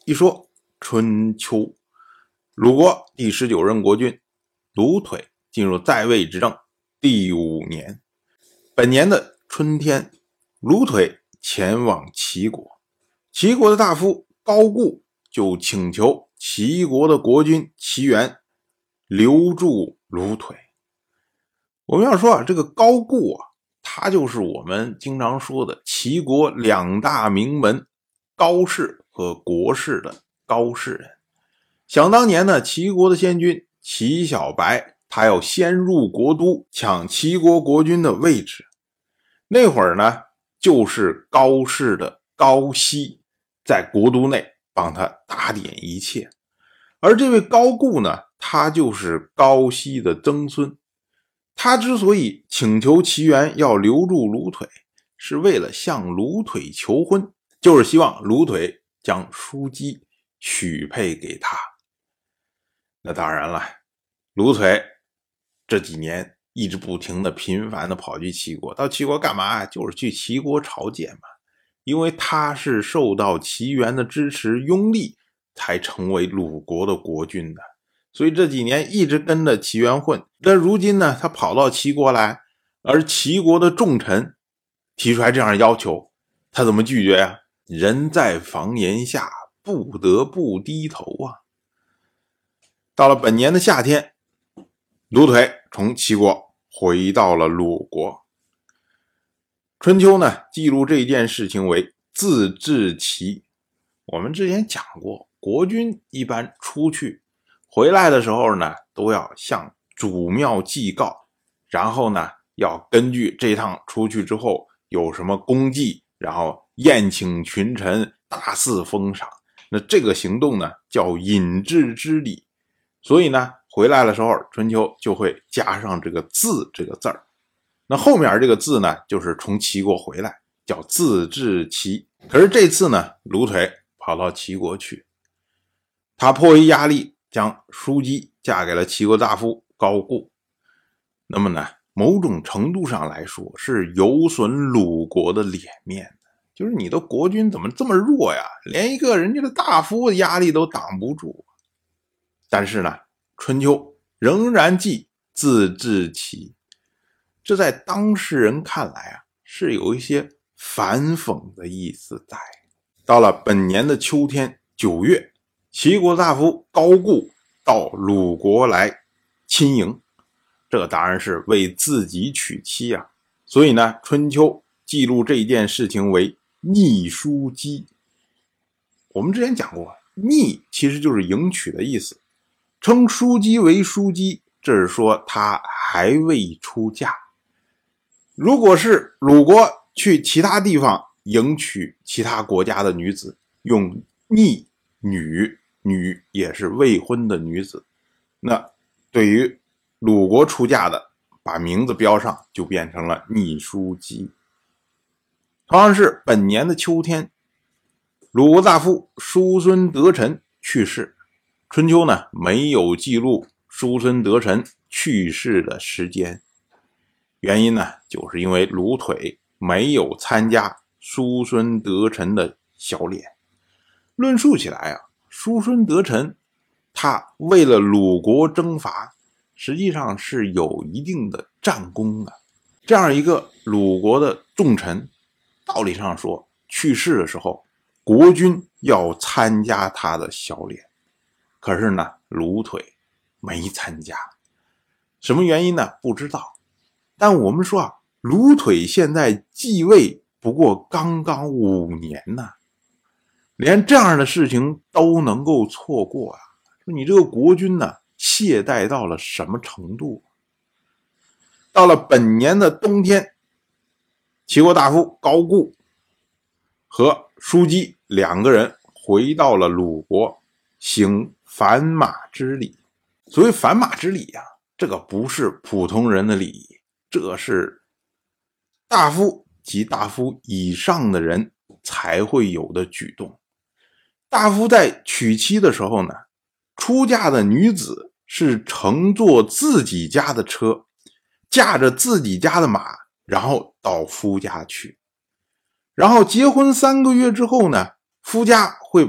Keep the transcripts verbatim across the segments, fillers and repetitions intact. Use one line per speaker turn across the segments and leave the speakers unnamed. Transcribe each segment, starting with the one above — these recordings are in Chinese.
一说春秋，鲁国第十九任国君鲁腿进入在位执政第五年。本年的春天，鲁腿前往齐国，齐国的大夫高固就请求齐国的国君齐元留住鲁腿。我们要说啊，这个高固啊，他就是我们经常说的齐国两大名门高氏和国氏的高氏人。想当年呢，齐国的先君齐小白，他要先入国都抢齐国国君的位置。那会儿呢，就是高氏的高息在国都内帮他打点一切。而这位高固呢，他就是高息的曾孙。他之所以请求齐元要留住鲁腿，是为了向鲁腿求婚，就是希望鲁腿将叔姬许配给他。那当然了，鲁腿这几年一直不停的频繁的跑去齐国，到齐国干嘛？就是去齐国朝见嘛。因为他是受到齐元的支持拥立，才成为鲁国的国君的。所以这几年一直跟着齐元混。但如今呢，他跑到齐国来，而齐国的重臣提出来这样的要求，他怎么拒绝呀？人在房檐下，不得不低头啊。到了本年的夏天，鲁腿从齐国回到了鲁国。春秋呢，记录这件事情为自治齐。我们之前讲过，国君一般出去回来的时候呢，都要向祖庙祭告，然后呢，要根据这趟出去之后有什么功绩，然后宴请群臣，大肆封赏。那这个行动呢，叫引致之礼。所以呢，回来的时候，春秋就会加上这个自这个字儿。那后面这个字呢，就是从齐国回来，叫自治齐。可是这次呢，鲁腿跑到齐国去，他迫于压力，将叔姬嫁给了齐国大夫高固。那么呢，某种程度上来说，是有损鲁国的脸面的。就是你的国君怎么这么弱呀？连一个人家的大夫的压力都挡不住。但是呢，春秋仍然记自治齐，这在当事人看来啊，是有一些反讽的意思在。到了本年的秋天九月，齐国大夫高固到鲁国来亲迎，这当然是为自己娶妻啊。所以呢，春秋记录这件事情为逆叔姬。我们之前讲过，逆其实就是迎娶的意思。称叔姬为叔姬，这是说她还未出嫁。如果是鲁国去其他地方迎娶其他国家的女子，用逆女，女也是未婚的女子，那对于鲁国出嫁的，把名字标上就变成了逆叔姬。同样是本年的秋天，鲁国大夫叔孙得臣去世。春秋呢，没有记录叔孙得臣去世的时间，原因呢，就是因为鲁腿没有参加叔孙得臣的小敛。论述起来啊，叔孙得臣他为了鲁国征伐，实际上是有一定的战功的。这样一个鲁国的重臣，道理上说去世的时候，国君要参加他的小敛。可是呢，鲁腿没参加，什么原因呢？不知道。但我们说啊，鲁腿现在继位不过刚刚五年呢，连这样的事情都能够错过啊！说你这个国君呢，懈怠到了什么程度？到了本年的冬天，齐国大夫高固和叔姬两个人回到了鲁国，行反马之礼。所谓反马之礼啊，这个不是普通人的礼仪，这是大夫及大夫以上的人才会有的举动。大夫在娶妻的时候呢，出嫁的女子是乘坐自己家的车，驾着自己家的马，然后到夫家去。然后结婚三个月之后呢，夫家会把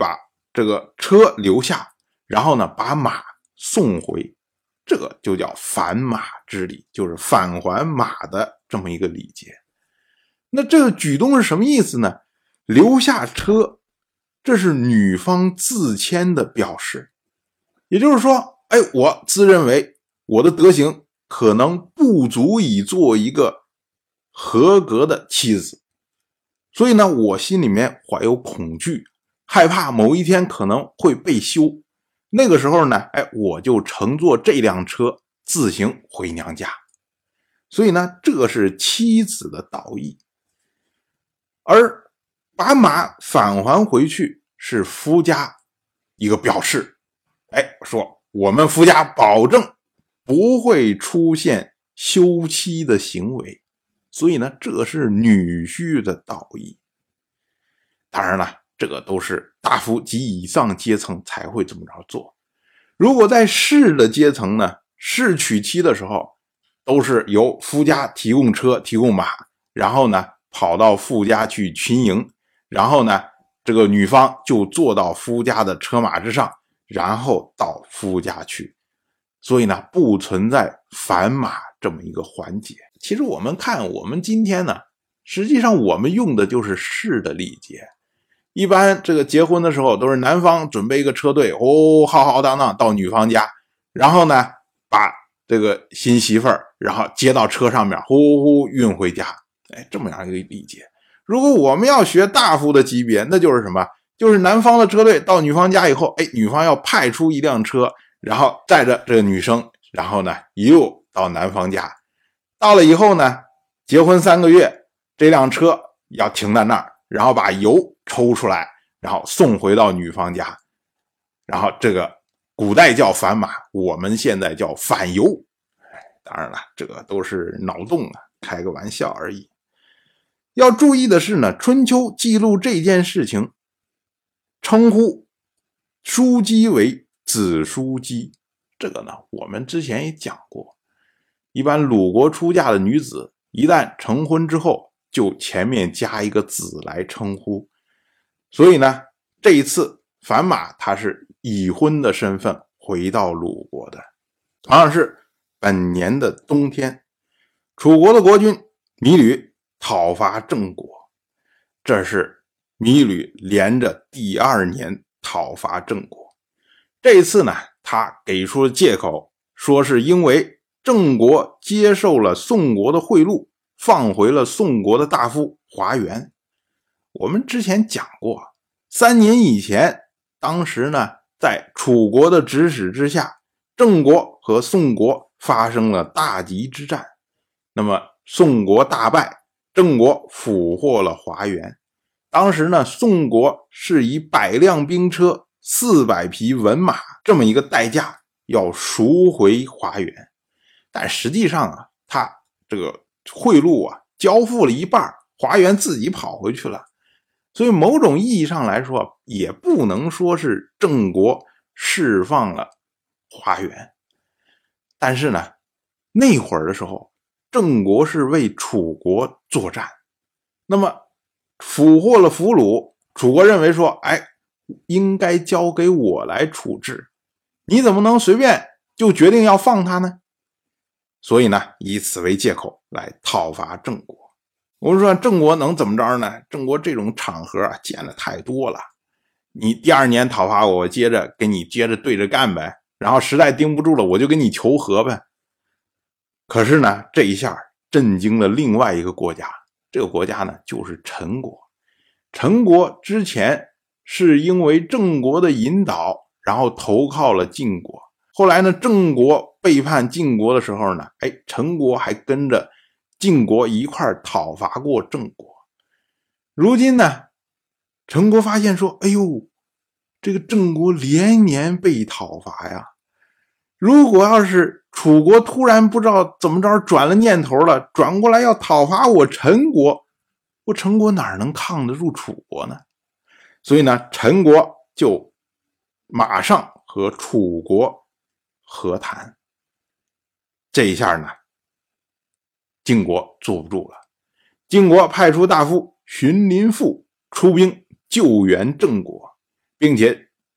这个车留下，然后呢把马送回，这个就叫返马之礼，就是返还马的这么一个礼节。那这个举动是什么意思呢？留下车，这是女方自谦的表示，也就是说，哎，我自认为我的德行可能不足以做一个合格的妻子，所以呢，我心里面怀有恐惧，害怕某一天可能会被休。那个时候呢，哎，我就乘坐这辆车自行回娘家。所以呢，这是妻子的道义。而把马返还回去是夫家一个表示，哎，说我们夫家保证不会出现休妻的行为，所以呢，这是女婿的道义。当然了，这个都是大夫及以上阶层才会这么着做。如果在士的阶层呢，士娶妻的时候都是由夫家提供车提供马，然后呢跑到夫家去群营，然后呢这个女方就坐到夫家的车马之上，然后到夫家去，所以呢不存在返马这么一个环节。其实我们看我们今天呢，实际上我们用的就是士的礼节。一般这个结婚的时候都是男方准备一个车队，哦，浩浩荡荡到女方家，然后呢把这个新媳妇儿然后接到车上面，呼呼呼运回家，哎，这么样一个礼节。如果我们要学大夫的级别，那就是什么？就是男方的车队到女方家以后，哎，女方要派出一辆车，然后载着这个女生，然后呢一路到男方家。到了以后呢，结婚三个月，这辆车要停在那儿，然后把油抽出来，然后送回到女方家。然后这个古代叫返马，我们现在叫返油。当然了，这个都是脑洞啊，开个玩笑而已。要注意的是呢，春秋记录这件事情，称呼叔姬为子叔姬。这个呢，我们之前也讲过，一般鲁国出嫁的女子，一旦成婚之后，就前面加一个子来称呼。所以呢，这一次返马他是已婚的身份回到鲁国的。同样是本年的冬天，楚国的国君芈吕讨伐郑国，这是芈吕连着第二年讨伐郑国。这一次呢，他给出了借口，说是因为郑国接受了宋国的贿赂，放回了宋国的大夫华元。我们之前讲过，三年以前，当时呢，在楚国的指使之下，郑国和宋国发生了大集之战。那么宋国大败，郑国俘获了华元。当时呢，宋国是以百辆兵车、四百匹文马这么一个代价要赎回华元。但实际上啊，他这个贿赂啊，交付了一半，华元自己跑回去了。所以某种意义上来说，也不能说是郑国释放了华元。但是呢，那会儿的时候，郑国是为楚国作战，那么俘获了俘虏，楚国认为说，哎，应该交给我来处置，你怎么能随便就决定要放他呢？所以呢，以此为借口来讨伐郑国。我们说郑国能怎么着呢？郑国这种场合啊，见的太多了。你第二年讨伐我，我接着跟你接着对着干呗，然后实在盯不住了，我就跟你求和呗。可是呢，这一下震惊了另外一个国家，这个国家呢就是陈国。陈国之前是因为郑国的引导，然后投靠了晋国。后来呢，郑国背叛晋国的时候呢，哎，陈国还跟着晋国一块讨伐过郑国。如今呢，陈国发现说，哎呦，这个郑国连年被讨伐呀，如果要是楚国突然不知道怎么着转了念头了，转过来要讨伐我陈国，我陈国哪能抗得住楚国呢？所以呢，陈国就马上和楚国和谈。这一下呢，晋国坐不住了，晋国派出大夫荀林父出兵救援郑国，并且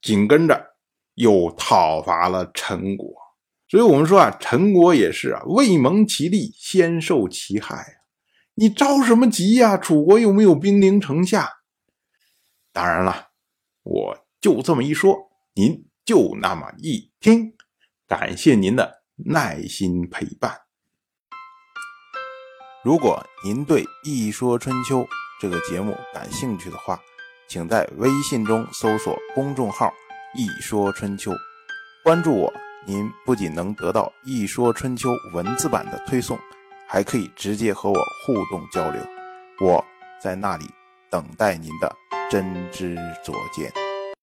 紧跟着又讨伐了陈国。所以我们说啊，陈国也是啊，未蒙其利，先受其害啊。你着什么急呀、啊？楚国又没有兵临城下。当然了，我就这么一说，您就那么一听。感谢您的耐心陪伴。如果您对《一说春秋》这个节目感兴趣的话，请在微信中搜索公众号“一说春秋”，关注我，您不仅能得到《一说春秋》文字版的推送，还可以直接和我互动交流。我在那里等待您的真知灼见。